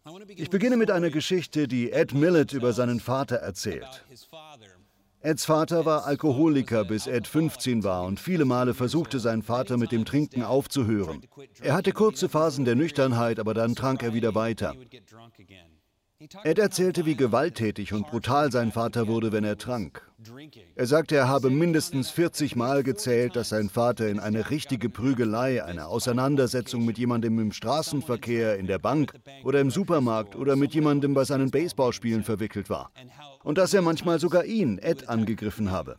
Ich beginne mit einer Geschichte, die Ed Mylett über seinen Vater erzählt. Eds Vater war Alkoholiker, bis Ed 15 war und viele Male versuchte sein Vater mit dem Trinken aufzuhören. Er hatte kurze Phasen der Nüchternheit, aber dann trank er wieder weiter. Ed erzählte, wie gewalttätig und brutal sein Vater wurde, wenn er trank. Er sagte, er habe mindestens 40 Mal gezählt, dass sein Vater in eine richtige Prügelei, eine Auseinandersetzung mit jemandem im Straßenverkehr, in der Bank oder im Supermarkt oder mit jemandem bei seinen Baseballspielen verwickelt war. Und dass er manchmal sogar ihn, Ed, angegriffen habe.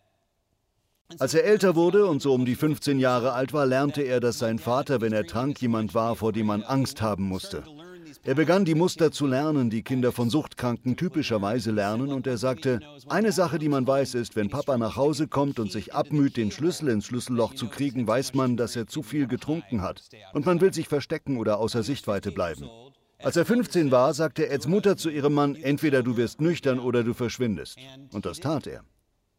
Als er älter wurde und so um die 15 Jahre alt war, lernte er, dass sein Vater, wenn er trank, jemand war, vor dem man Angst haben musste. Er begann, die Muster zu lernen, die Kinder von Suchtkranken typischerweise lernen, und er sagte, eine Sache, die man weiß, ist, wenn Papa nach Hause kommt und sich abmüht, den Schlüssel ins Schlüsselloch zu kriegen, weiß man, dass er zu viel getrunken hat. Und man will sich verstecken oder außer Sichtweite bleiben. Als er 15 war, sagte Eds Mutter zu ihrem Mann, entweder du wirst nüchtern oder du verschwindest. Und das tat er.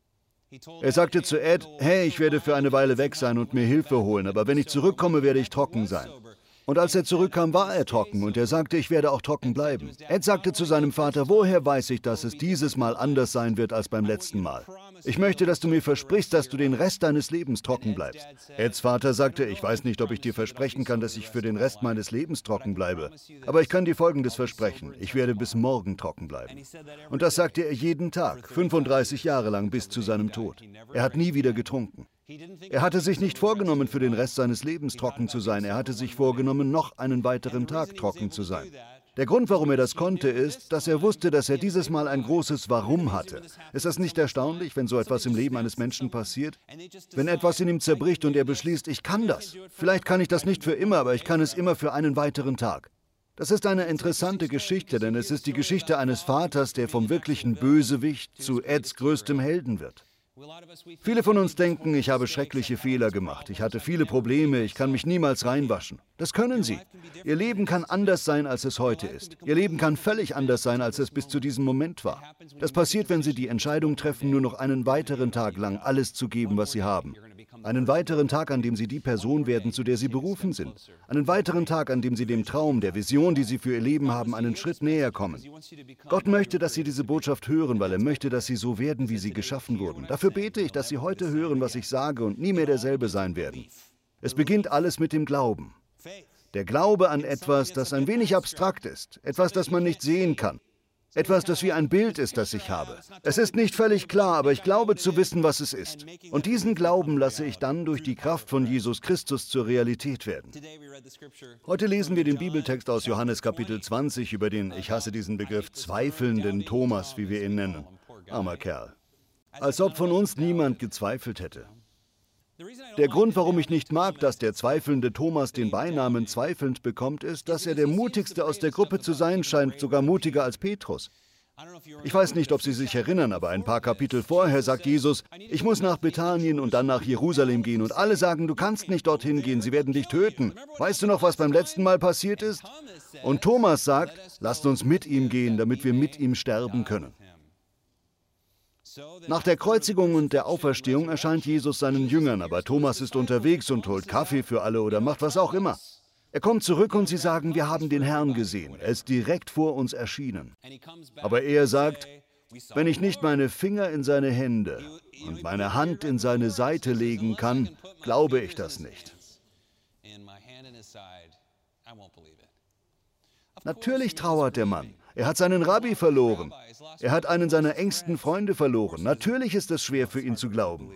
Er sagte zu Ed, hey, ich werde für eine Weile weg sein und mir Hilfe holen, aber wenn ich zurückkomme, werde ich trocken sein. Und als er zurückkam, war er trocken und er sagte, ich werde auch trocken bleiben. Ed sagte zu seinem Vater, woher weiß ich, dass es dieses Mal anders sein wird als beim letzten Mal? Ich möchte, dass du mir versprichst, dass du den Rest deines Lebens trocken bleibst. Eds Vater sagte, ich weiß nicht, ob ich dir versprechen kann, dass ich für den Rest meines Lebens trocken bleibe. Aber ich kann dir Folgendes versprechen, ich werde bis morgen trocken bleiben. Und das sagte er jeden Tag, 35 Jahre lang bis zu seinem Tod. Er hat nie wieder getrunken. Er hatte sich nicht vorgenommen, für den Rest seines Lebens trocken zu sein. Er hatte sich vorgenommen, noch einen weiteren Tag trocken zu sein. Der Grund, warum er das konnte, ist, dass er wusste, dass er dieses Mal ein großes Warum hatte. Ist das nicht erstaunlich, wenn so etwas im Leben eines Menschen passiert? Wenn etwas in ihm zerbricht und er beschließt, ich kann das. Vielleicht kann ich das nicht für immer, aber ich kann es immer für einen weiteren Tag. Das ist eine interessante Geschichte, denn es ist die Geschichte eines Vaters, der vom wirklichen Bösewicht zu Eds größtem Helden wird. Viele von uns denken, ich habe schreckliche Fehler gemacht, ich hatte viele Probleme, ich kann mich niemals reinwaschen. Das können sie. Ihr Leben kann anders sein, als es heute ist. Ihr Leben kann völlig anders sein, als es bis zu diesem Moment war. Das passiert, wenn sie die Entscheidung treffen, nur noch einen weiteren Tag lang alles zu geben, was sie haben. Einen weiteren Tag, an dem sie die Person werden, zu der sie berufen sind. Einen weiteren Tag, an dem sie dem Traum, der Vision, die sie für ihr Leben haben, einen Schritt näher kommen. Gott möchte, dass sie diese Botschaft hören, weil er möchte, dass sie so werden, wie sie geschaffen wurden. Dafür bete ich, dass sie heute hören, was ich sage und nie mehr derselbe sein werden. Es beginnt alles mit dem Glauben. Der Glaube an etwas, das ein wenig abstrakt ist, etwas, das man nicht sehen kann. Etwas, das wie ein Bild ist, das ich habe. Es ist nicht völlig klar, aber ich glaube zu wissen, was es ist. Und diesen Glauben lasse ich dann durch die Kraft von Jesus Christus zur Realität werden. Heute lesen wir den Bibeltext aus Johannes Kapitel 20 über den, ich hasse diesen Begriff, zweifelnden Thomas, wie wir ihn nennen. Armer Kerl. Als ob von uns niemand gezweifelt hätte. Der Grund, warum ich nicht mag, dass der zweifelnde Thomas den Beinamen zweifelnd bekommt, ist, dass er der mutigste aus der Gruppe zu sein scheint, sogar mutiger als Petrus. Ich weiß nicht, ob Sie sich erinnern, aber ein paar Kapitel vorher sagt Jesus, ich muss nach Bethanien und dann nach Jerusalem gehen und alle sagen, du kannst nicht dorthin gehen, sie werden dich töten. Weißt du noch, was beim letzten Mal passiert ist? Und Thomas sagt, lasst uns mit ihm gehen, damit wir mit ihm sterben können. Nach der Kreuzigung und der Auferstehung erscheint Jesus seinen Jüngern, aber Thomas ist unterwegs und holt Kaffee für alle oder macht was auch immer. Er kommt zurück und sie sagen, wir haben den Herrn gesehen. Er ist direkt vor uns erschienen. Aber er sagt, wenn ich nicht meine Finger in seine Hände und meine Hand in seine Seite legen kann, glaube ich das nicht. Natürlich trauert der Mann. Er hat seinen Rabbi verloren. Er hat einen seiner engsten Freunde verloren. Natürlich ist es schwer für ihn zu glauben.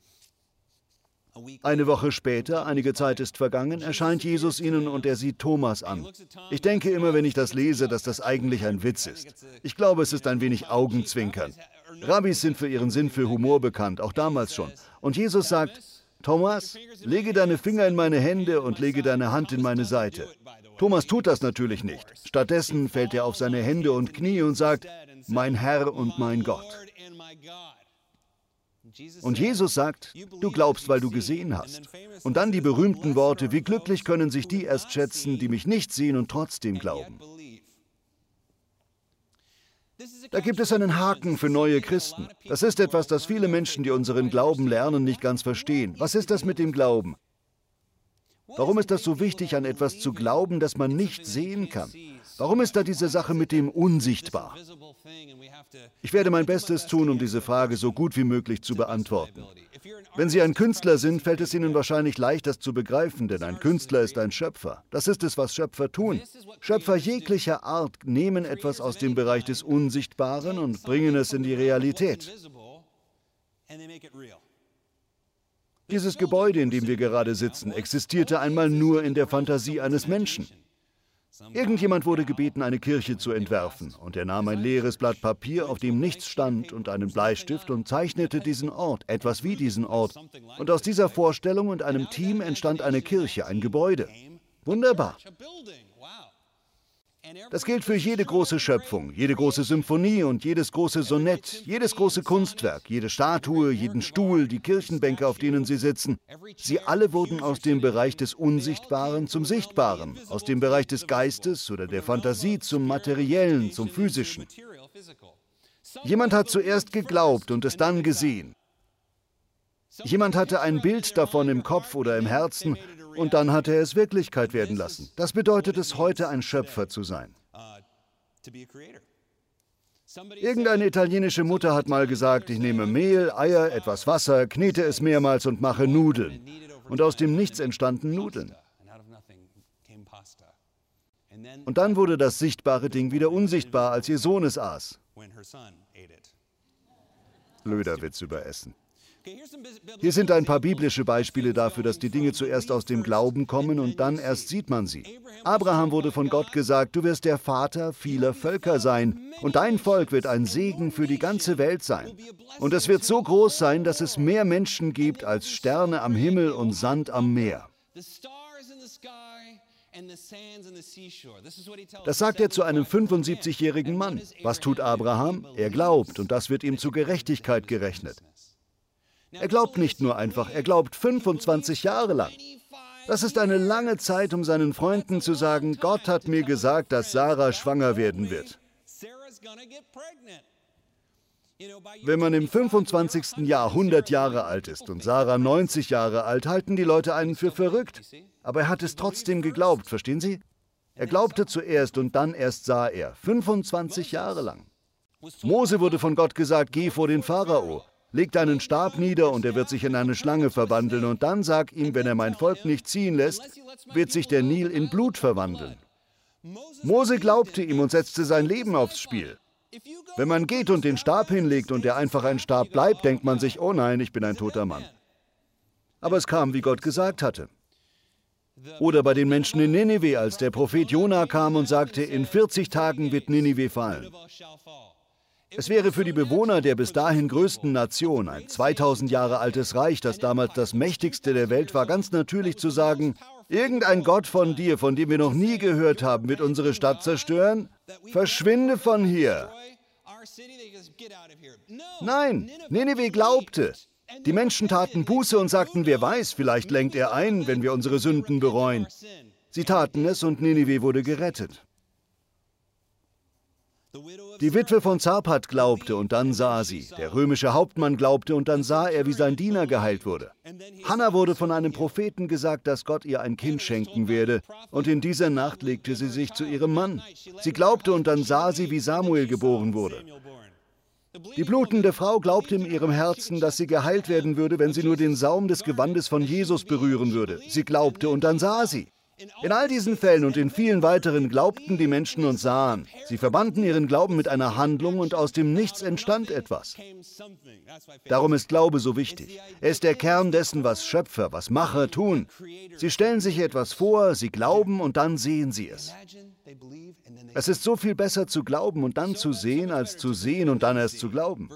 Eine Woche später, einige Zeit ist vergangen, erscheint Jesus ihnen und er sieht Thomas an. Ich denke immer, wenn ich das lese, dass das eigentlich ein Witz ist. Ich glaube, es ist ein wenig Augenzwinkern. Rabbis sind für ihren Sinn für Humor bekannt, auch damals schon. Und Jesus sagt, Thomas, lege deine Finger in meine Hände und lege deine Hand in meine Seite. Thomas tut das natürlich nicht. Stattdessen fällt er auf seine Hände und Knie und sagt, mein Herr und mein Gott. Und Jesus sagt, du glaubst, weil du gesehen hast. Und dann die berühmten Worte, wie glücklich können sich die erst schätzen, die mich nicht sehen und trotzdem glauben. Da gibt es einen Haken für neue Christen. Das ist etwas, das viele Menschen, die unseren Glauben lernen, nicht ganz verstehen. Was ist das mit dem Glauben? Warum ist das so wichtig, an etwas zu glauben, das man nicht sehen kann? Warum ist da diese Sache mit dem Unsichtbar? Ich werde mein Bestes tun, um diese Frage so gut wie möglich zu beantworten. Wenn Sie ein Künstler sind, fällt es Ihnen wahrscheinlich leicht, das zu begreifen, denn ein Künstler ist ein Schöpfer. Das ist es, was Schöpfer tun. Schöpfer jeglicher Art nehmen etwas aus dem Bereich des Unsichtbaren und bringen es in die Realität. Dieses Gebäude, in dem wir gerade sitzen, existierte einmal nur in der Fantasie eines Menschen. Irgendjemand wurde gebeten, eine Kirche zu entwerfen, und er nahm ein leeres Blatt Papier, auf dem nichts stand, und einen Bleistift und zeichnete diesen Ort, etwas wie diesen Ort. Und aus dieser Vorstellung und einem Team entstand eine Kirche, ein Gebäude. Wunderbar. Das gilt für jede große Schöpfung, jede große Symphonie und jedes große Sonett, jedes große Kunstwerk, jede Statue, jeden Stuhl, die Kirchenbänke, auf denen sie sitzen. Sie alle wurden aus dem Bereich des Unsichtbaren zum Sichtbaren, aus dem Bereich des Geistes oder der Fantasie zum Materiellen, zum Physischen. Jemand hat zuerst geglaubt und es dann gesehen. Jemand hatte ein Bild davon im Kopf oder im Herzen, und dann hat er es Wirklichkeit werden lassen. Das bedeutet es, heute ein Schöpfer zu sein. Irgendeine italienische Mutter hat mal gesagt, ich nehme Mehl, Eier, etwas Wasser, knete es mehrmals und mache Nudeln. Und aus dem Nichts entstanden Nudeln. Und dann wurde das sichtbare Ding wieder unsichtbar, als ihr Sohn es aß. Blöder Witz über Essen. Hier sind ein paar biblische Beispiele dafür, dass die Dinge zuerst aus dem Glauben kommen und dann erst sieht man sie. Abraham wurde von Gott gesagt, du wirst der Vater vieler Völker sein und dein Volk wird ein Segen für die ganze Welt sein. Und es wird so groß sein, dass es mehr Menschen gibt als Sterne am Himmel und Sand am Meer. Das sagt er zu einem 75-jährigen Mann. Was tut Abraham? Er glaubt und das wird ihm zur Gerechtigkeit gerechnet. Er glaubt nicht nur einfach, er glaubt 25 Jahre lang. Das ist eine lange Zeit, um seinen Freunden zu sagen, Gott hat mir gesagt, dass Sarah schwanger werden wird. Wenn man im 25. Jahr 100 Jahre alt ist und Sarah 90 Jahre alt, halten die Leute einen für verrückt. Aber er hat es trotzdem geglaubt, verstehen Sie? Er glaubte zuerst und dann erst sah er, 25 Jahre lang. Mose wurde von Gott gesagt, geh vor den Pharao. Leg deinen Stab nieder und er wird sich in eine Schlange verwandeln und dann sag ihm, wenn er mein Volk nicht ziehen lässt, wird sich der Nil in Blut verwandeln. Mose glaubte ihm und setzte sein Leben aufs Spiel. Wenn man geht und den Stab hinlegt und er einfach ein Stab bleibt, denkt man sich, oh nein, ich bin ein toter Mann. Aber es kam, wie Gott gesagt hatte. Oder bei den Menschen in Ninive, als der Prophet Jona kam und sagte, in 40 Tagen wird Ninive fallen. Es wäre für die Bewohner der bis dahin größten Nation, ein 2000 Jahre altes Reich, das damals das mächtigste der Welt war, ganz natürlich zu sagen, irgendein Gott von dir, von dem wir noch nie gehört haben, wird unsere Stadt zerstören? Verschwinde von hier! Nein, Ninive glaubte. Die Menschen taten Buße und sagten, wer weiß, vielleicht lenkt er ein, wenn wir unsere Sünden bereuen. Sie taten es und Ninive wurde gerettet. Die Witwe von Zarpat glaubte und dann sah sie. Der römische Hauptmann glaubte und dann sah er, wie sein Diener geheilt wurde. Hannah wurde von einem Propheten gesagt, dass Gott ihr ein Kind schenken werde. Und in dieser Nacht legte sie sich zu ihrem Mann. Sie glaubte und dann sah sie, wie Samuel geboren wurde. Die blutende Frau glaubte in ihrem Herzen, dass sie geheilt werden würde, wenn sie nur den Saum des Gewandes von Jesus berühren würde. Sie glaubte und dann sah sie. In all diesen Fällen und in vielen weiteren glaubten die Menschen und sahen. Sie verbanden ihren Glauben mit einer Handlung und aus dem Nichts entstand etwas. Darum ist Glaube so wichtig. Er ist der Kern dessen, was Schöpfer, was Macher tun. Sie stellen sich etwas vor, sie glauben und dann sehen sie es. Es ist so viel besser zu glauben und dann zu sehen, als zu sehen und dann erst zu glauben.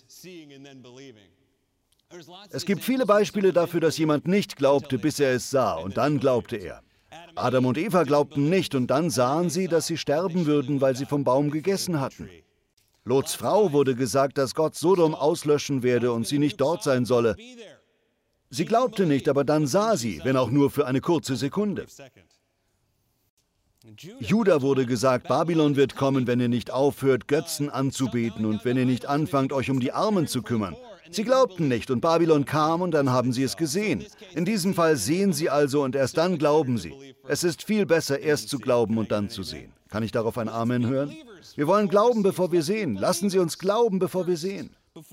Es gibt viele Beispiele dafür, dass jemand nicht glaubte, bis er es sah, und dann glaubte er. Adam und Eva glaubten nicht, und dann sahen sie, dass sie sterben würden, weil sie vom Baum gegessen hatten. Lots Frau wurde gesagt, dass Gott Sodom auslöschen werde und sie nicht dort sein solle. Sie glaubte nicht, aber dann sah sie, wenn auch nur für eine kurze Sekunde. Juda wurde gesagt, Babylon wird kommen, wenn ihr nicht aufhört, Götzen anzubeten und wenn ihr nicht anfangt, euch um die Armen zu kümmern. Sie glaubten nicht und Babylon kam und dann haben sie es gesehen. In diesem Fall sehen sie also und erst dann glauben sie. Es ist viel besser, erst zu glauben und dann zu sehen. Kann ich darauf ein Amen hören? Wir wollen glauben, bevor wir sehen. Lassen Sie uns glauben, bevor wir sehen.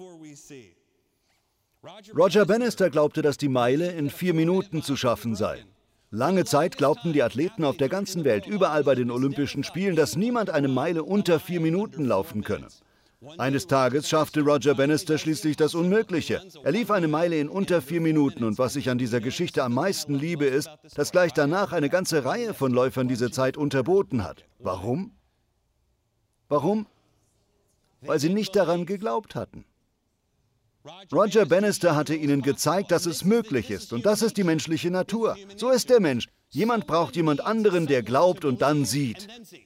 Roger Bannister glaubte, dass die Meile in 4 Minuten zu schaffen sei. Lange Zeit glaubten die Athleten auf der ganzen Welt, überall bei den Olympischen Spielen, dass niemand eine Meile unter 4 Minuten laufen könne. Eines Tages schaffte Roger Bannister schließlich das Unmögliche. Er lief eine Meile in unter 4 Minuten und was ich an dieser Geschichte am meisten liebe, ist, dass gleich danach eine ganze Reihe von Läufern diese Zeit unterboten hat. Warum? Warum? Weil sie nicht daran geglaubt hatten. Roger Bannister hatte ihnen gezeigt, dass es möglich ist und das ist die menschliche Natur. So ist der Mensch. Jemand braucht jemand anderen, der glaubt und dann sieht.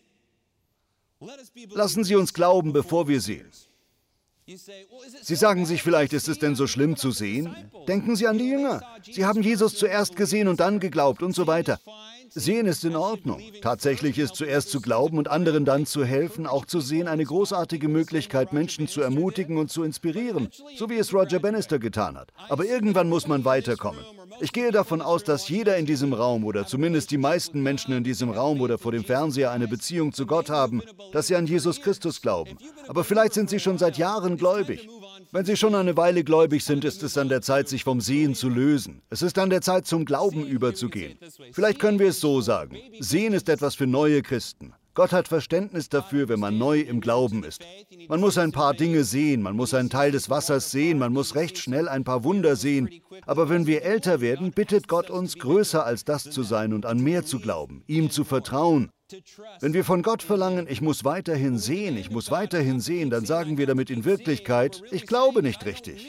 Lassen Sie uns glauben, bevor wir sehen. Sie sagen sich vielleicht, ist es denn so schlimm zu sehen? Denken Sie an die Jünger. Sie haben Jesus zuerst gesehen und dann geglaubt und so weiter. Sehen ist in Ordnung. Tatsächlich ist zuerst zu glauben und anderen dann zu helfen, auch zu sehen, eine großartige Möglichkeit, Menschen zu ermutigen und zu inspirieren, so wie es Roger Bannister getan hat. Aber irgendwann muss man weiterkommen. Ich gehe davon aus, dass jeder in diesem Raum oder zumindest die meisten Menschen in diesem Raum oder vor dem Fernseher eine Beziehung zu Gott haben, dass sie an Jesus Christus glauben. Aber vielleicht sind sie schon seit Jahren gläubig. Wenn Sie schon eine Weile gläubig sind, ist es an der Zeit, sich vom Sehen zu lösen. Es ist an der Zeit, zum Glauben überzugehen. Vielleicht können wir es so sagen. Sehen ist etwas für neue Christen. Gott hat Verständnis dafür, wenn man neu im Glauben ist. Man muss ein paar Dinge sehen, man muss einen Teil des Wassers sehen, man muss recht schnell ein paar Wunder sehen. Aber wenn wir älter werden, bittet Gott uns, größer als das zu sein und an mehr zu glauben, ihm zu vertrauen. Wenn wir von Gott verlangen, ich muss weiterhin sehen, dann sagen wir damit in Wirklichkeit, ich glaube nicht richtig.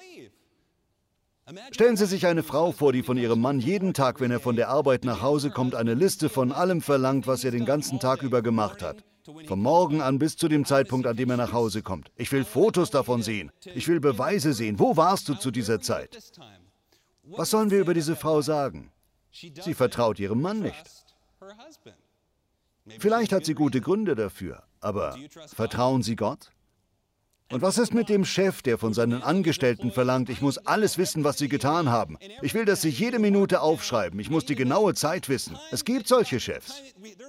Stellen Sie sich eine Frau vor, die von ihrem Mann jeden Tag, wenn er von der Arbeit nach Hause kommt, eine Liste von allem verlangt, was er den ganzen Tag über gemacht hat. Vom Morgen an bis zu dem Zeitpunkt, an dem er nach Hause kommt. Ich will Fotos davon sehen. Ich will Beweise sehen. Wo warst du zu dieser Zeit? Was sollen wir über diese Frau sagen? Sie vertraut ihrem Mann nicht. Vielleicht hat sie gute Gründe dafür, aber vertrauen Sie Gott? Und was ist mit dem Chef, der von seinen Angestellten verlangt, ich muss alles wissen, was sie getan haben. Ich will, dass sie jede Minute aufschreiben. Ich muss die genaue Zeit wissen. Es gibt solche Chefs.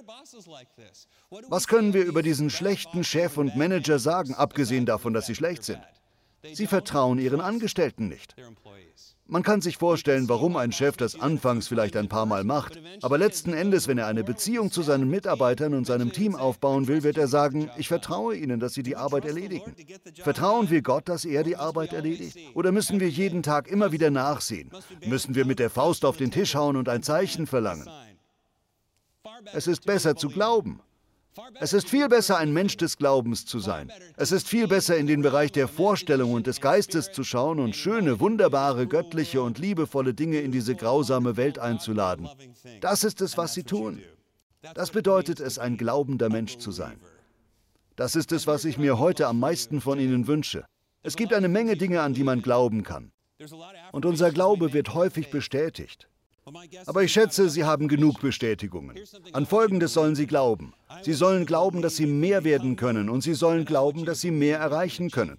Was können wir über diesen schlechten Chef und Manager sagen, abgesehen davon, dass sie schlecht sind? Sie vertrauen ihren Angestellten nicht. Man kann sich vorstellen, warum ein Chef das anfangs vielleicht ein paar Mal macht, aber letzten Endes, wenn er eine Beziehung zu seinen Mitarbeitern und seinem Team aufbauen will, wird er sagen, ich vertraue ihnen, dass sie die Arbeit erledigen. Vertrauen wir Gott, dass er die Arbeit erledigt? Oder müssen wir jeden Tag immer wieder nachsehen? Müssen wir mit der Faust auf den Tisch hauen und ein Zeichen verlangen? Es ist besser zu glauben. Es ist viel besser, ein Mensch des Glaubens zu sein. Es ist viel besser, in den Bereich der Vorstellung und des Geistes zu schauen und schöne, wunderbare, göttliche und liebevolle Dinge in diese grausame Welt einzuladen. Das ist es, was sie tun. Das bedeutet es, ein glaubender Mensch zu sein. Das ist es, was ich mir heute am meisten von Ihnen wünsche. Es gibt eine Menge Dinge, an die man glauben kann. Und unser Glaube wird häufig bestätigt. Aber ich schätze, Sie haben genug Bestätigungen. An Folgendes sollen Sie glauben. Sie sollen glauben, dass Sie mehr werden können und Sie sollen glauben, dass Sie mehr erreichen können.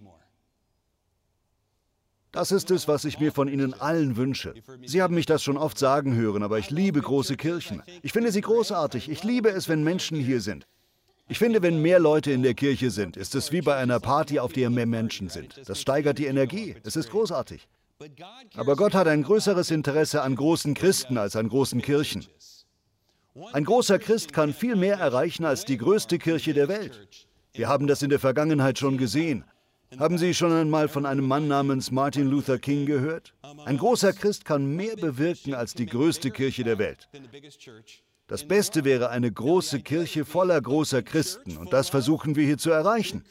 Das ist es, was ich mir von Ihnen allen wünsche. Sie haben mich das schon oft sagen hören, aber ich liebe große Kirchen. Ich finde sie großartig. Ich liebe es, wenn Menschen hier sind. Ich finde, wenn mehr Leute in der Kirche sind, ist es wie bei einer Party, auf der mehr Menschen sind. Das steigert die Energie. Es ist großartig. Aber Gott hat ein größeres Interesse an großen Christen als an großen Kirchen. Ein großer Christ kann viel mehr erreichen als die größte Kirche der Welt. Wir haben das in der Vergangenheit schon gesehen. Haben Sie schon einmal von einem Mann namens Martin Luther King gehört? Ein großer Christ kann mehr bewirken als die größte Kirche der Welt. Das Beste wäre eine große Kirche voller großer Christen, und das versuchen wir hier zu erreichen.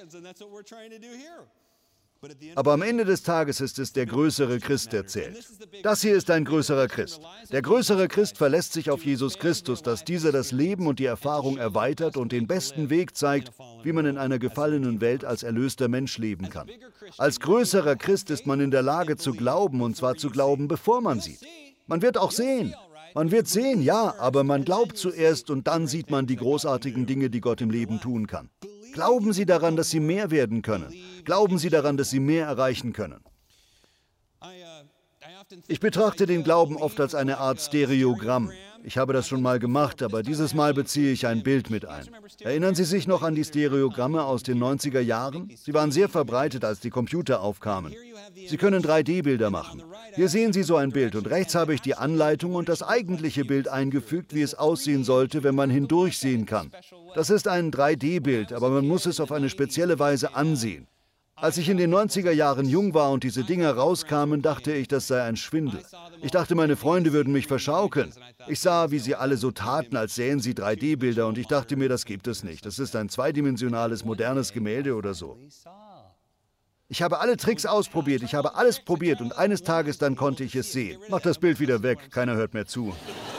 Aber am Ende des Tages ist es der größere Christ, der zählt. Das hier ist ein größerer Christ. Der größere Christ verlässt sich auf Jesus Christus, dass dieser das Leben und die Erfahrung erweitert und den besten Weg zeigt, wie man in einer gefallenen Welt als erlöster Mensch leben kann. Als größerer Christ ist man in der Lage zu glauben, und zwar zu glauben, bevor man sieht. Man wird auch sehen. Man wird sehen, ja, aber man glaubt zuerst und dann sieht man die großartigen Dinge, die Gott im Leben tun kann. Glauben Sie daran, dass Sie mehr werden können. Glauben Sie daran, dass Sie mehr erreichen können. Ich betrachte den Glauben oft als eine Art Stereogramm. Ich habe das schon mal gemacht, aber dieses Mal beziehe ich ein Bild mit ein. Erinnern Sie sich noch an die Stereogramme aus den 90er Jahren? Sie waren sehr verbreitet, als die Computer aufkamen. Sie können 3D-Bilder machen. Hier sehen Sie so ein Bild und rechts habe ich die Anleitung und das eigentliche Bild eingefügt, wie es aussehen sollte, wenn man hindurchsehen kann. Das ist ein 3D-Bild, aber man muss es auf eine spezielle Weise ansehen. Als ich in den 90er Jahren jung war und diese Dinger rauskamen, dachte ich, das sei ein Schwindel. Ich dachte, meine Freunde würden mich verschaukeln. Ich sah, wie sie alle so taten, als sähen sie 3D-Bilder und ich dachte mir, das gibt es nicht. Das ist ein zweidimensionales, modernes Gemälde oder so. Ich habe alle Tricks ausprobiert, ich habe alles probiert und eines Tages dann konnte ich es sehen. Mach das Bild wieder weg, keiner hört mehr zu.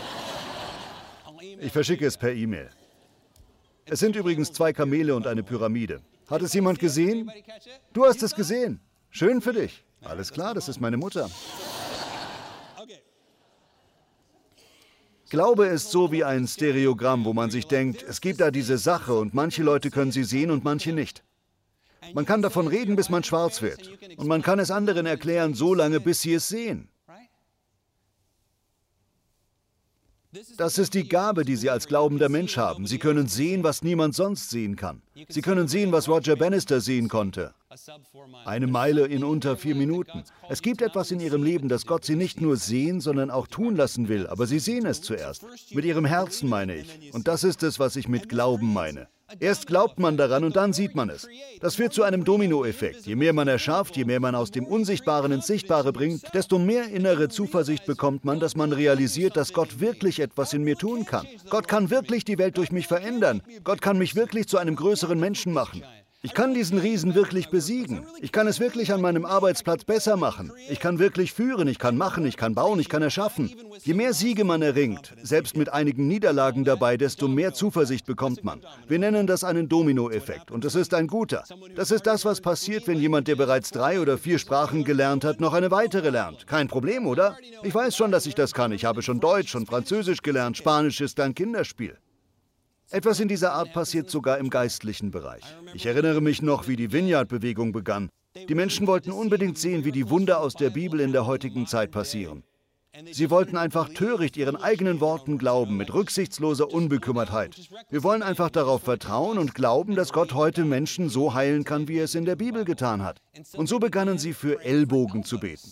Ich verschicke es per E-Mail. Es sind übrigens 2 Kamele und eine Pyramide. Hat es jemand gesehen? Du hast es gesehen. Schön für dich. Alles klar, das ist meine Mutter. Glaube ist so wie ein Stereogramm, wo man sich denkt, es gibt da diese Sache und manche Leute können sie sehen und manche nicht. Man kann davon reden, bis man schwarz wird. Und man kann es anderen erklären, so lange, bis sie es sehen. Das ist die Gabe, die Sie als glaubender Mensch haben. Sie können sehen, was niemand sonst sehen kann. Sie können sehen, was Roger Bannister sehen konnte. 1 Meile in unter 4 Minuten. Es gibt etwas in Ihrem Leben, das Gott Sie nicht nur sehen, sondern auch tun lassen will. Aber Sie sehen es zuerst. Mit Ihrem Herzen meine ich. Und das ist es, was ich mit Glauben meine. Erst glaubt man daran und dann sieht man es. Das führt zu einem Dominoeffekt. Je mehr man erschafft, je mehr man aus dem Unsichtbaren ins Sichtbare bringt, desto mehr innere Zuversicht bekommt man, dass man realisiert, dass Gott wirklich etwas in mir tun kann. Gott kann wirklich die Welt durch mich verändern. Gott kann mich wirklich zu einem größeren Menschen machen. Ich kann diesen Riesen wirklich besiegen. Ich kann es wirklich an meinem Arbeitsplatz besser machen. Ich kann wirklich führen, ich kann machen, ich kann bauen, ich kann erschaffen. Je mehr Siege man erringt, selbst mit einigen Niederlagen dabei, desto mehr Zuversicht bekommt man. Wir nennen das einen Dominoeffekt und es ist ein guter. Das ist das, was passiert, wenn jemand, der bereits 3 oder 4 Sprachen gelernt hat, noch eine weitere lernt. Kein Problem, oder? Ich weiß schon, dass ich das kann. Ich habe schon Deutsch und Französisch gelernt. Spanisch ist ein Kinderspiel. Etwas in dieser Art passiert sogar im geistlichen Bereich. Ich erinnere mich noch, wie die Vineyard-Bewegung begann. Die Menschen wollten unbedingt sehen, wie die Wunder aus der Bibel in der heutigen Zeit passieren. Sie wollten einfach töricht ihren eigenen Worten glauben, mit rücksichtsloser Unbekümmertheit. Wir wollen einfach darauf vertrauen und glauben, dass Gott heute Menschen so heilen kann, wie er es in der Bibel getan hat. Und so begannen sie für Ellbogen zu beten.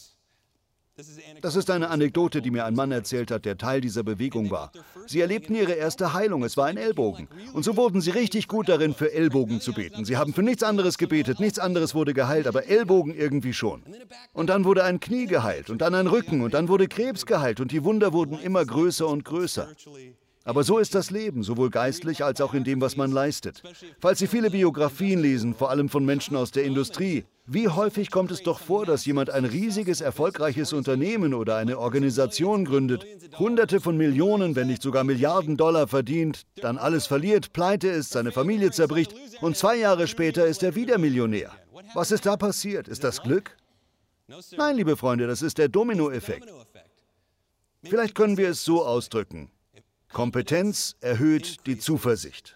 Das ist eine Anekdote, die mir ein Mann erzählt hat, der Teil dieser Bewegung war. Sie erlebten ihre erste Heilung, es war ein Ellbogen. Und so wurden sie richtig gut darin, für Ellbogen zu beten. Sie haben für nichts anderes gebetet, nichts anderes wurde geheilt, aber Ellbogen irgendwie schon. Und dann wurde ein Knie geheilt und dann ein Rücken und dann wurde Krebs geheilt und die Wunder wurden immer größer und größer. Aber so ist das Leben, sowohl geistlich als auch in dem, was man leistet. Falls Sie viele Biografien lesen, vor allem von Menschen aus der Industrie, wie häufig kommt es doch vor, dass jemand ein riesiges, erfolgreiches Unternehmen oder eine Organisation gründet, Hunderte von Millionen, wenn nicht sogar Milliarden Dollar verdient, dann alles verliert, pleite ist, seine Familie zerbricht und 2 Jahre später ist er wieder Millionär. Was ist da passiert? Ist das Glück? Nein, liebe Freunde, das ist der Dominoeffekt. Vielleicht können wir es so ausdrücken. Kompetenz erhöht die Zuversicht.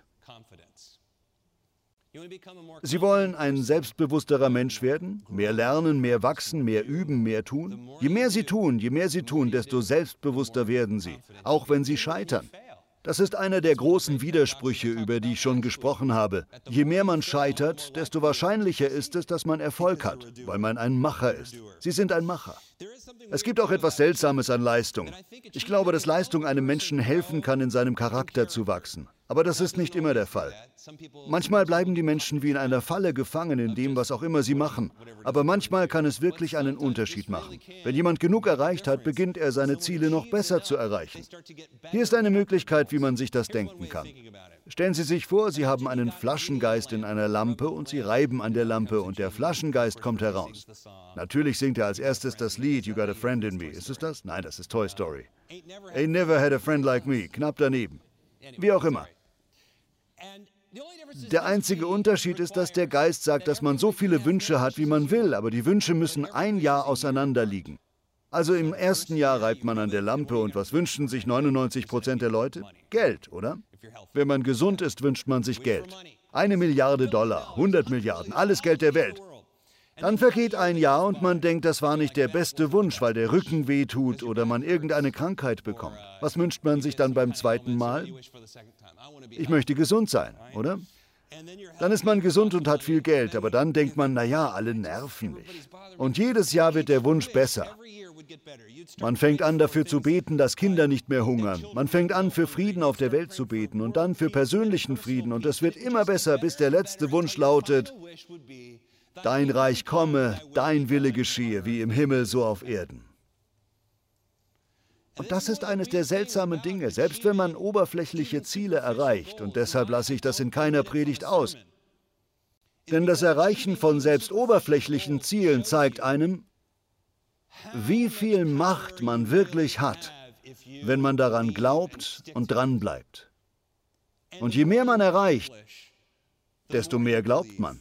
Sie wollen ein selbstbewussterer Mensch werden, mehr lernen, mehr wachsen, mehr üben, mehr tun. Je mehr Sie tun, desto selbstbewusster werden Sie, auch wenn Sie scheitern. Das ist einer der großen Widersprüche, über die ich schon gesprochen habe. Je mehr man scheitert, desto wahrscheinlicher ist es, dass man Erfolg hat, weil man ein Macher ist. Sie sind ein Macher. Es gibt auch etwas Seltsames an Leistung. Ich glaube, dass Leistung einem Menschen helfen kann, in seinem Charakter zu wachsen. Aber das ist nicht immer der Fall. Manchmal bleiben die Menschen wie in einer Falle gefangen in dem, was auch immer sie machen. Aber manchmal kann es wirklich einen Unterschied machen. Wenn jemand genug erreicht hat, beginnt er, seine Ziele noch besser zu erreichen. Hier ist eine Möglichkeit, wie man sich das denken kann. Stellen Sie sich vor, Sie haben einen Flaschengeist in einer Lampe und Sie reiben an der Lampe und der Flaschengeist kommt heraus. Natürlich singt er als erstes das Lied You Got a Friend in Me. Ist es das? Nein, das ist Toy Story. Ain't never had a friend like me. Knapp daneben. Wie auch immer. Der einzige Unterschied ist, dass der Geist sagt, dass man so viele Wünsche hat, wie man will, aber die Wünsche müssen 1 Jahr auseinander liegen. Also im ersten Jahr reibt man an der Lampe und was wünschen sich 99% der Leute? Geld, oder? Wenn man gesund ist, wünscht man sich Geld. 1 Milliarde Dollar, 100 Milliarden, alles Geld der Welt. Dann vergeht ein Jahr und man denkt, das war nicht der beste Wunsch, weil der Rücken wehtut oder man irgendeine Krankheit bekommt. Was wünscht man sich dann beim zweiten Mal? Ich möchte gesund sein, oder? Dann ist man gesund und hat viel Geld, aber dann denkt man, naja, alle nerven mich. Und jedes Jahr wird der Wunsch besser. Man fängt an, dafür zu beten, dass Kinder nicht mehr hungern. Man fängt an, für Frieden auf der Welt zu beten und dann für persönlichen Frieden. Und es wird immer besser, bis der letzte Wunsch lautet: Dein Reich komme, dein Wille geschehe, wie im Himmel, so auf Erden. Und das ist eines der seltsamen Dinge, selbst wenn man oberflächliche Ziele erreicht. Und deshalb lasse ich das in keiner Predigt aus. Denn das Erreichen von selbst oberflächlichen Zielen zeigt einem, wie viel Macht man wirklich hat, wenn man daran glaubt und dranbleibt. Und je mehr man erreicht, desto mehr glaubt man.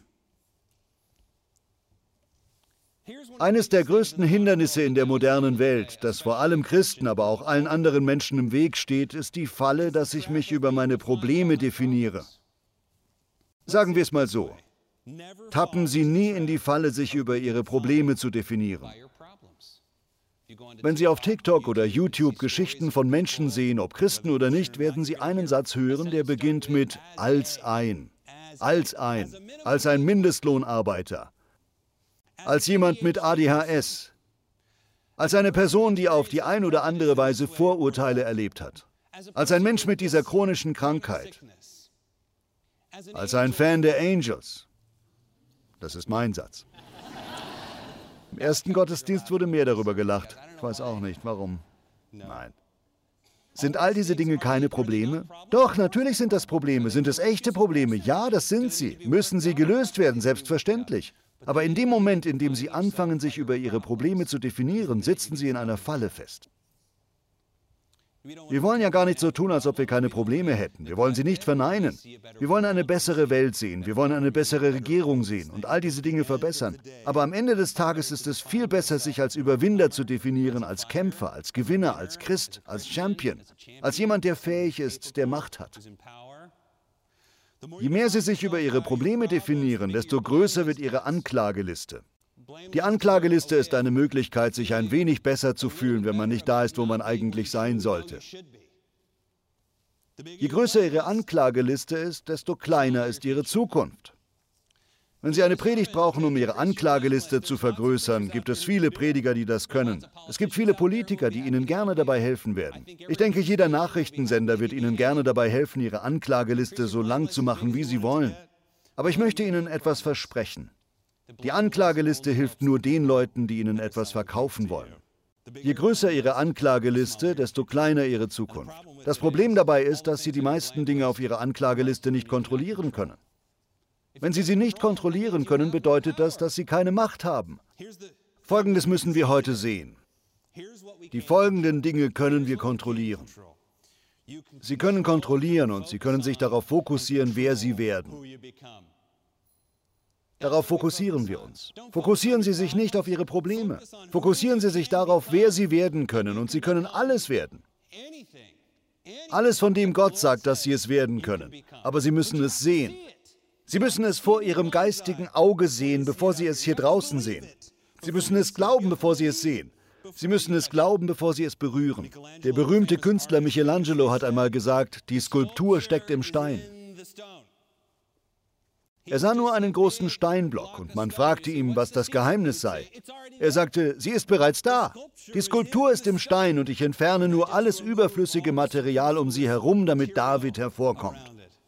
Eines der größten Hindernisse in der modernen Welt, das vor allem Christen, aber auch allen anderen Menschen im Weg steht, ist die Falle, dass ich mich über meine Probleme definiere. Sagen wir es mal so: Tappen Sie nie in die Falle, sich über Ihre Probleme zu definieren. Wenn Sie auf TikTok oder YouTube Geschichten von Menschen sehen, ob Christen oder nicht, werden Sie einen Satz hören, der beginnt mit als ein, als ein Mindestlohnarbeiter, als jemand mit ADHS, als eine Person, die auf die ein oder andere Weise Vorurteile erlebt hat, als ein Mensch mit dieser chronischen Krankheit, als ein Fan der Angels. Das ist mein Satz. Im ersten Gottesdienst wurde mehr darüber gelacht. Ich weiß auch nicht, warum. Nein. Sind all diese Dinge keine Probleme? Doch, natürlich sind das Probleme. Sind es echte Probleme? Ja, das sind sie. Müssen sie gelöst werden? Selbstverständlich. Aber in dem Moment, in dem sie anfangen, sich über ihre Probleme zu definieren, sitzen sie in einer Falle fest. Wir wollen ja gar nicht so tun, als ob wir keine Probleme hätten. Wir wollen sie nicht verneinen. Wir wollen eine bessere Welt sehen. Wir wollen eine bessere Regierung sehen und all diese Dinge verbessern. Aber am Ende des Tages ist es viel besser, sich als Überwinder zu definieren, als Kämpfer, als Gewinner, als Christ, als Champion, als jemand, der fähig ist, der Macht hat. Je mehr Sie sich über Ihre Probleme definieren, desto größer wird Ihre Anklageliste. Die Anklageliste ist eine Möglichkeit, sich ein wenig besser zu fühlen, wenn man nicht da ist, wo man eigentlich sein sollte. Je größer Ihre Anklageliste ist, desto kleiner ist Ihre Zukunft. Wenn Sie eine Predigt brauchen, um Ihre Anklageliste zu vergrößern, gibt es viele Prediger, die das können. Es gibt viele Politiker, die Ihnen gerne dabei helfen werden. Ich denke, jeder Nachrichtensender wird Ihnen gerne dabei helfen, Ihre Anklageliste so lang zu machen, wie Sie wollen. Aber ich möchte Ihnen etwas versprechen. Die Anklageliste hilft nur den Leuten, die Ihnen etwas verkaufen wollen. Je größer Ihre Anklageliste, desto kleiner Ihre Zukunft. Das Problem dabei ist, dass Sie die meisten Dinge auf Ihrer Anklageliste nicht kontrollieren können. Wenn Sie sie nicht kontrollieren können, bedeutet das, dass Sie keine Macht haben. Folgendes müssen wir heute sehen. Die folgenden Dinge können wir kontrollieren. Sie können kontrollieren und Sie können sich darauf fokussieren, wer Sie werden. Darauf fokussieren wir uns. Fokussieren Sie sich nicht auf Ihre Probleme. Fokussieren Sie sich darauf, wer Sie werden können, und Sie können alles werden. Alles, von dem Gott sagt, dass Sie es werden können. Aber Sie müssen es sehen. Sie müssen es vor Ihrem geistigen Auge sehen, bevor Sie es hier draußen sehen. Sie müssen es glauben, bevor Sie es sehen. Sie müssen es glauben, bevor Sie es berühren. Der berühmte Künstler Michelangelo hat einmal gesagt, die Skulptur steckt im Stein. Er sah nur einen großen Steinblock und man fragte ihn, was das Geheimnis sei. Er sagte, sie ist bereits da. Die Skulptur ist im Stein und ich entferne nur alles überflüssige Material um sie herum, damit David hervorkommt.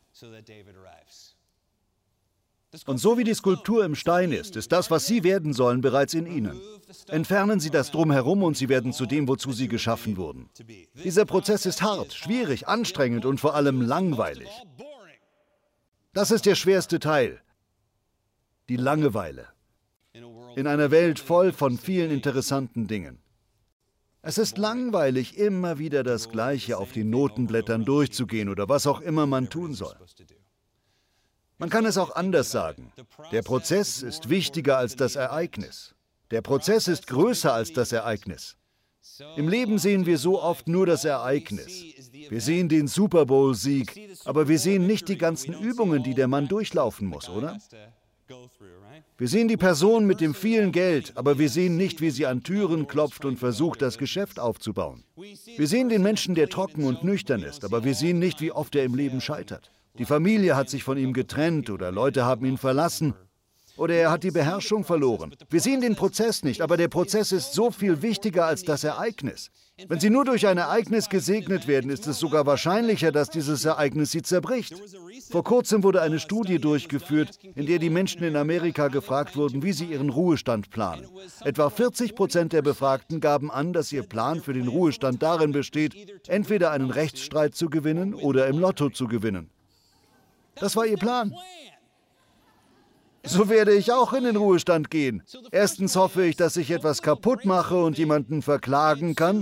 Und so wie die Skulptur im Stein ist das, was Sie werden sollen, bereits in Ihnen. Entfernen Sie das drumherum und Sie werden zu dem, wozu Sie geschaffen wurden. Dieser Prozess ist hart, schwierig, anstrengend und vor allem langweilig. Das ist der schwerste Teil, die Langeweile. In einer Welt voll von vielen interessanten Dingen. Es ist langweilig, immer wieder das Gleiche auf den Notenblättern durchzugehen oder was auch immer man tun soll. Man kann es auch anders sagen. Der Prozess ist wichtiger als das Ereignis. Der Prozess ist größer als das Ereignis. Im Leben sehen wir so oft nur das Ereignis. Wir sehen den Super Bowl-Sieg, aber wir sehen nicht die ganzen Übungen, die der Mann durchlaufen muss, oder? Wir sehen die Person mit dem vielen Geld, aber wir sehen nicht, wie sie an Türen klopft und versucht, das Geschäft aufzubauen. Wir sehen den Menschen, der trocken und nüchtern ist, aber wir sehen nicht, wie oft er im Leben scheitert. Die Familie hat sich von ihm getrennt oder Leute haben ihn verlassen. Oder er hat die Beherrschung verloren. Wir sehen den Prozess nicht, aber der Prozess ist so viel wichtiger als das Ereignis. Wenn Sie nur durch ein Ereignis gesegnet werden, ist es sogar wahrscheinlicher, dass dieses Ereignis Sie zerbricht. Vor kurzem wurde eine Studie durchgeführt, in der die Menschen in Amerika gefragt wurden, wie sie ihren Ruhestand planen. Etwa 40% der Befragten gaben an, dass ihr Plan für den Ruhestand darin besteht, entweder einen Rechtsstreit zu gewinnen oder im Lotto zu gewinnen. Das war ihr Plan. So werde ich auch in den Ruhestand gehen. Erstens hoffe ich, dass ich etwas kaputt mache und jemanden verklagen kann.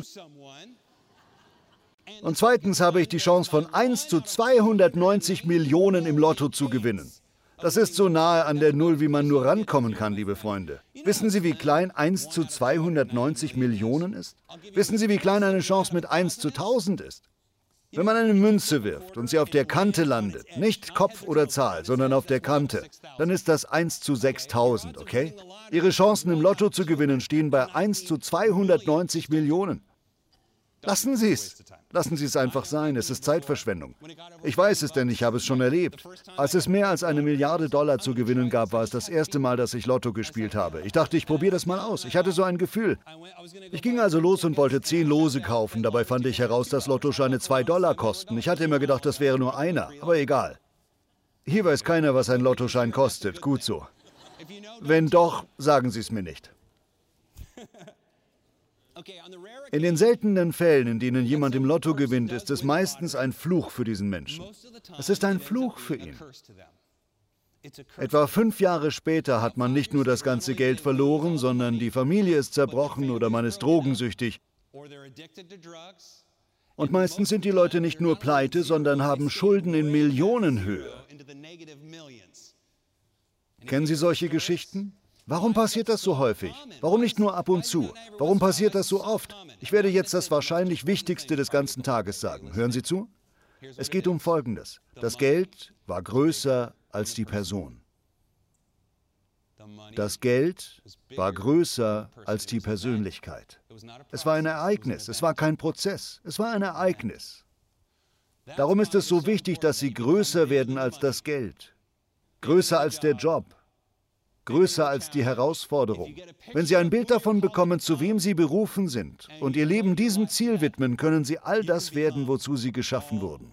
Und zweitens habe ich die Chance, von 1 zu 290 Millionen im Lotto zu gewinnen. Das ist so nahe an der Null, wie man nur rankommen kann, liebe Freunde. Wissen Sie, wie klein 1 zu 290 Millionen ist? Wissen Sie, wie klein eine Chance mit 1 zu 1000 ist? Wenn man eine Münze wirft und sie auf der Kante landet, nicht Kopf oder Zahl, sondern auf der Kante, dann ist das 1 zu 6000, okay? Ihre Chancen im Lotto zu gewinnen stehen bei 1 zu 290 Millionen. Lassen Sie es. Lassen Sie es einfach sein, es ist Zeitverschwendung. Ich weiß es, denn ich habe es schon erlebt. Als es mehr als $1 Milliarde zu gewinnen gab, war es das erste Mal, dass ich Lotto gespielt habe. Ich dachte, ich probiere das mal aus. Ich hatte so ein Gefühl. Ich ging also los und wollte 10 Lose kaufen. Dabei fand ich heraus, dass Lottoscheine $2 kosten. Ich hatte immer gedacht, das wäre nur einer, aber egal. Hier weiß keiner, was ein Lottoschein kostet. Gut so. Wenn doch, sagen Sie es mir nicht. In den seltenen Fällen, in denen jemand im Lotto gewinnt, ist es meistens ein Fluch für diesen Menschen. Es ist ein Fluch für ihn. Etwa 5 Jahre später hat man nicht nur das ganze Geld verloren, sondern die Familie ist zerbrochen oder man ist drogensüchtig. Und meistens sind die Leute nicht nur pleite, sondern haben Schulden in Millionenhöhe. Kennen Sie solche Geschichten? Warum passiert das so häufig? Warum nicht nur ab und zu? Warum passiert das so oft? Ich werde jetzt das wahrscheinlich Wichtigste des ganzen Tages sagen. Hören Sie zu? Es geht um Folgendes. Das Geld war größer als die Person. Das Geld war größer als die Persönlichkeit. Es war ein Ereignis, es war kein Prozess, es war ein Ereignis. Darum ist es so wichtig, dass Sie größer werden als das Geld, größer als der Job, größer als die Herausforderung. Wenn Sie ein Bild davon bekommen, zu wem Sie berufen sind und Ihr Leben diesem Ziel widmen, können Sie all das werden, wozu Sie geschaffen wurden.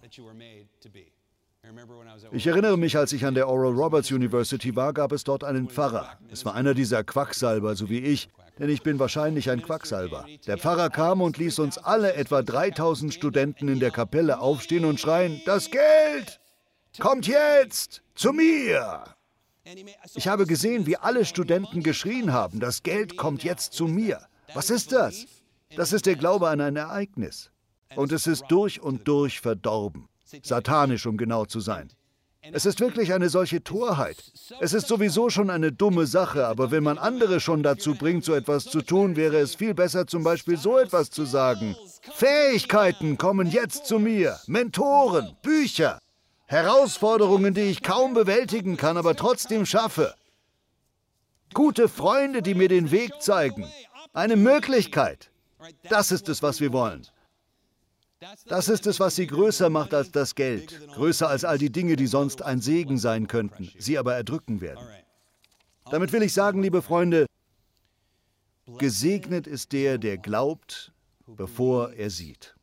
Ich erinnere mich, als ich an der Oral Roberts University war, gab es dort einen Pfarrer. Es war einer dieser Quacksalber, so wie ich, denn ich bin wahrscheinlich ein Quacksalber. Der Pfarrer kam und ließ uns alle etwa 3000 Studenten in der Kapelle aufstehen und schreien, das Geld kommt jetzt zu mir. Ich habe gesehen, wie alle Studenten geschrien haben, das Geld kommt jetzt zu mir. Was ist das? Das ist der Glaube an ein Ereignis. Und es ist durch und durch verdorben. Satanisch, um genau zu sein. Es ist wirklich eine solche Torheit. Es ist sowieso schon eine dumme Sache, aber wenn man andere schon dazu bringt, so etwas zu tun, wäre es viel besser, zum Beispiel so etwas zu sagen. Fähigkeiten kommen jetzt zu mir. Mentoren, Bücher. Herausforderungen, die ich kaum bewältigen kann, aber trotzdem schaffe. Gute Freunde, die mir den Weg zeigen. Eine Möglichkeit. Das ist es, was wir wollen. Das ist es, was Sie größer macht als das Geld. Größer als all die Dinge, die sonst ein Segen sein könnten, Sie aber erdrücken werden. Damit will ich sagen, liebe Freunde, gesegnet ist der, der glaubt, bevor er sieht.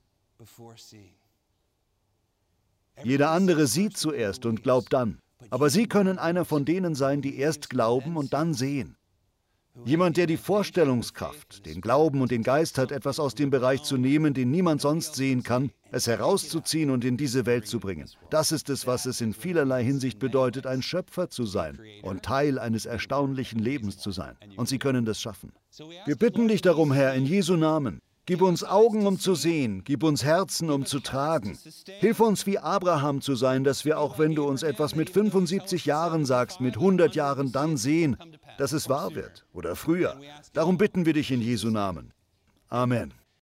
Jeder andere sieht zuerst und glaubt dann. Aber Sie können einer von denen sein, die erst glauben und dann sehen. Jemand, der die Vorstellungskraft, den Glauben und den Geist hat, etwas aus dem Bereich zu nehmen, den niemand sonst sehen kann, es herauszuziehen und in diese Welt zu bringen. Das ist es, was es in vielerlei Hinsicht bedeutet, ein Schöpfer zu sein und Teil eines erstaunlichen Lebens zu sein. Und Sie können das schaffen. Wir bitten dich darum, Herr, in Jesu Namen. Gib uns Augen, um zu sehen, gib uns Herzen, um zu tragen. Hilf uns, wie Abraham zu sein, dass wir, auch wenn du uns etwas mit 75 Jahren sagst, mit 100 Jahren dann sehen, dass es wahr wird oder früher. Darum bitten wir dich in Jesu Namen. Amen.